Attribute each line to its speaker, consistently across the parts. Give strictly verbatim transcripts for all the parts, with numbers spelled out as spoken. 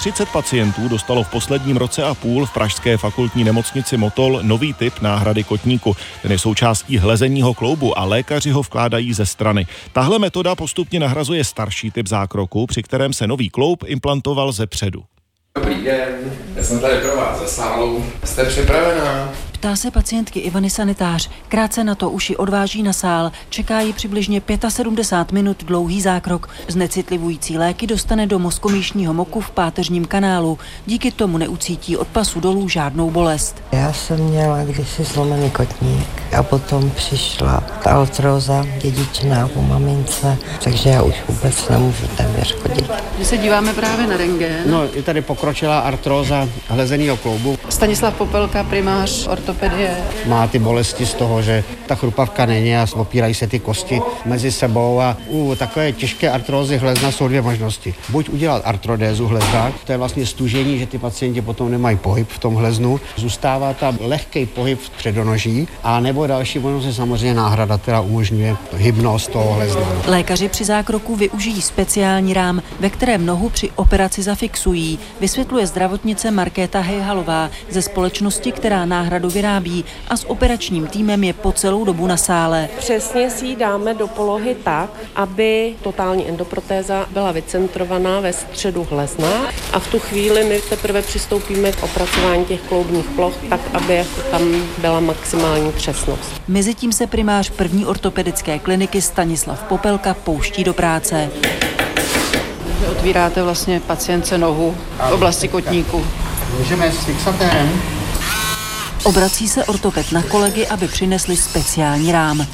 Speaker 1: třicet pacientů dostalo v posledním roce a půl v pražské fakultní nemocnici Motol nový typ náhrady kotníku. Ten je součástí hlezenního kloubu a lékaři ho vkládají ze strany. Tahle metoda postupně nahrazuje starší typ zákroku, při kterém se nový kloub implantoval ze předu.
Speaker 2: Dobrý den, já jsem tady pro vás ze sálu. Jste připravená?
Speaker 3: Ptá se pacientky Ivany sanitář. Krátce na to uši odváží na sál. Čeká ji přibližně sedmdesát pět minut dlouhý zákrok. Znecitlivující léky dostane do mozkomíšního moku v páteřním kanálu. Díky tomu neucítí od pasu dolů žádnou bolest.
Speaker 4: Já jsem měla kdysi zlomený kotník a potom přišla ta artróza dědičná po mamince, takže já už vůbec nemůžu téměř chodit.
Speaker 5: My se díváme právě na rentgen.
Speaker 6: No, je tady pokročilá artróza hlezenýho kloubu.
Speaker 5: Stanislav Popelka, primář ortopedie.
Speaker 6: Má ty bolesti z toho, že ta chrupavka není a opírají se ty kosti mezi sebou a u takové těžké artrózy hlezna jsou dvě možnosti. Buď udělat artrodézu hlezna, to je vlastně stužení, že ty pacienti potom nemají pohyb v tom hleznu, zůstává tam lehký pohyb v předonoží, a nebo další možnost je samozřejmě náhrada, která umožňuje hybnost toho hlezna.
Speaker 3: Lékaři při zákroku využijí speciální rám, ve kterém nohu při operaci zafixují, vysvětluje zdravotnice Markéta Hejhalová ze společnosti, která náhradu vyrábí, a s operačním týmem je po celou dobu na sále.
Speaker 7: Přesně si ji dáme do polohy tak, aby totální endoprotéza byla vycentrovaná ve středu hlezna a v tu chvíli my teprve přistoupíme k opracování těch kloubních ploch tak, aby tam byla maximální přesnost.
Speaker 3: Mezitím se primář první ortopedické kliniky Stanislav Popelka pouští do práce.
Speaker 5: Otvíráte vlastně pacientce nohu v oblasti kotníku.
Speaker 6: Můžeme s fixatérem.
Speaker 3: Obrací se ortoped na kolegy, aby přinesli speciální rám.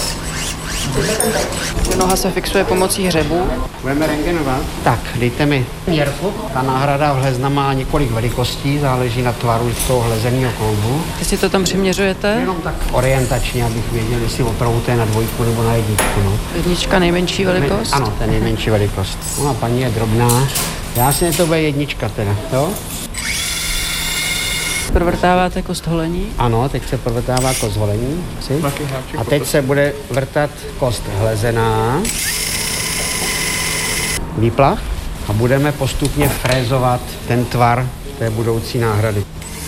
Speaker 5: Noha se fixuje pomocí hřebu.
Speaker 6: Budeme rentgenovat. Tak, dejte mi měrku. Ta náhrada hlezna má několik velikostí, záleží na tvaru toho hlezenýho kloubu.
Speaker 5: Vy si to tam přiměřujete?
Speaker 6: Jenom tak orientačně, abych věděl, jestli opravdu to je na dvojku nebo na jedničku. No.
Speaker 5: Jednička nejmenší velikost?
Speaker 6: Ano, to je nejmenší velikost. No a paní je drobná. Já si to bude jednička teda, jo?
Speaker 5: Provrtáváte kost holení?
Speaker 6: Ano, teď se provrtává kost holení. A teď se bude vrtat kost hlezená. Výplach. A budeme postupně frézovat ten tvar té budoucí náhrady.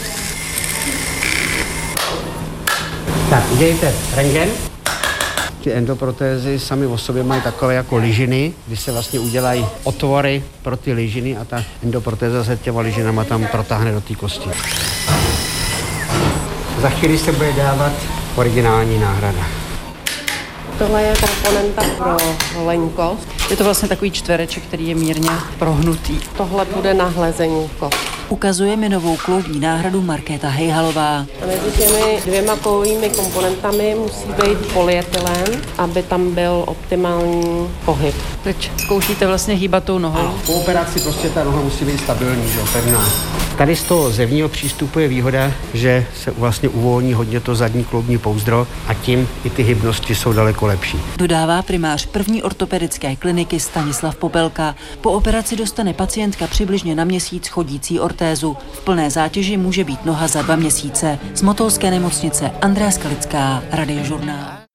Speaker 6: Tak, udělejte rentgen. Ty endoprotézy sami o sobě mají takové jako ližiny, kdy se vlastně udělají otvory pro ty ližiny a ta endoprotéza se těma ližinama tam protáhne do té kosti. Za chvíli se bude dávat originální náhrada.
Speaker 7: Tohle je komponenta pro holení kost.
Speaker 5: Je to vlastně takový čtvereček, který je mírně prohnutý.
Speaker 7: Tohle bude na hlezení kost.
Speaker 3: Ukazuje mi novou kloubní náhradu Markéta Hejhalová.
Speaker 7: A mezi těmi dvěma kovovými komponentami musí být polyetylen, aby tam byl optimální pohyb.
Speaker 5: Teď zkoušíte vlastně hýbat tou nohou.
Speaker 6: Ano, po operaci prostě ta noha musí být stabilní, že, pevná. Tady z toho zevního přístupu je výhoda, že se vlastně uvolní hodně to zadní kloubní pouzdro a tím i ty hybnosti jsou daleko lepší.
Speaker 3: Dodává primář první ortopedické kliniky Stanislav Popelka. Po operaci dostane pacientka přibližně na měsíc chodící ortézu. V plné zátěži může být noha za dva měsíce. Z Motolské nemocnice Andrea Skalická, Radiožurnál.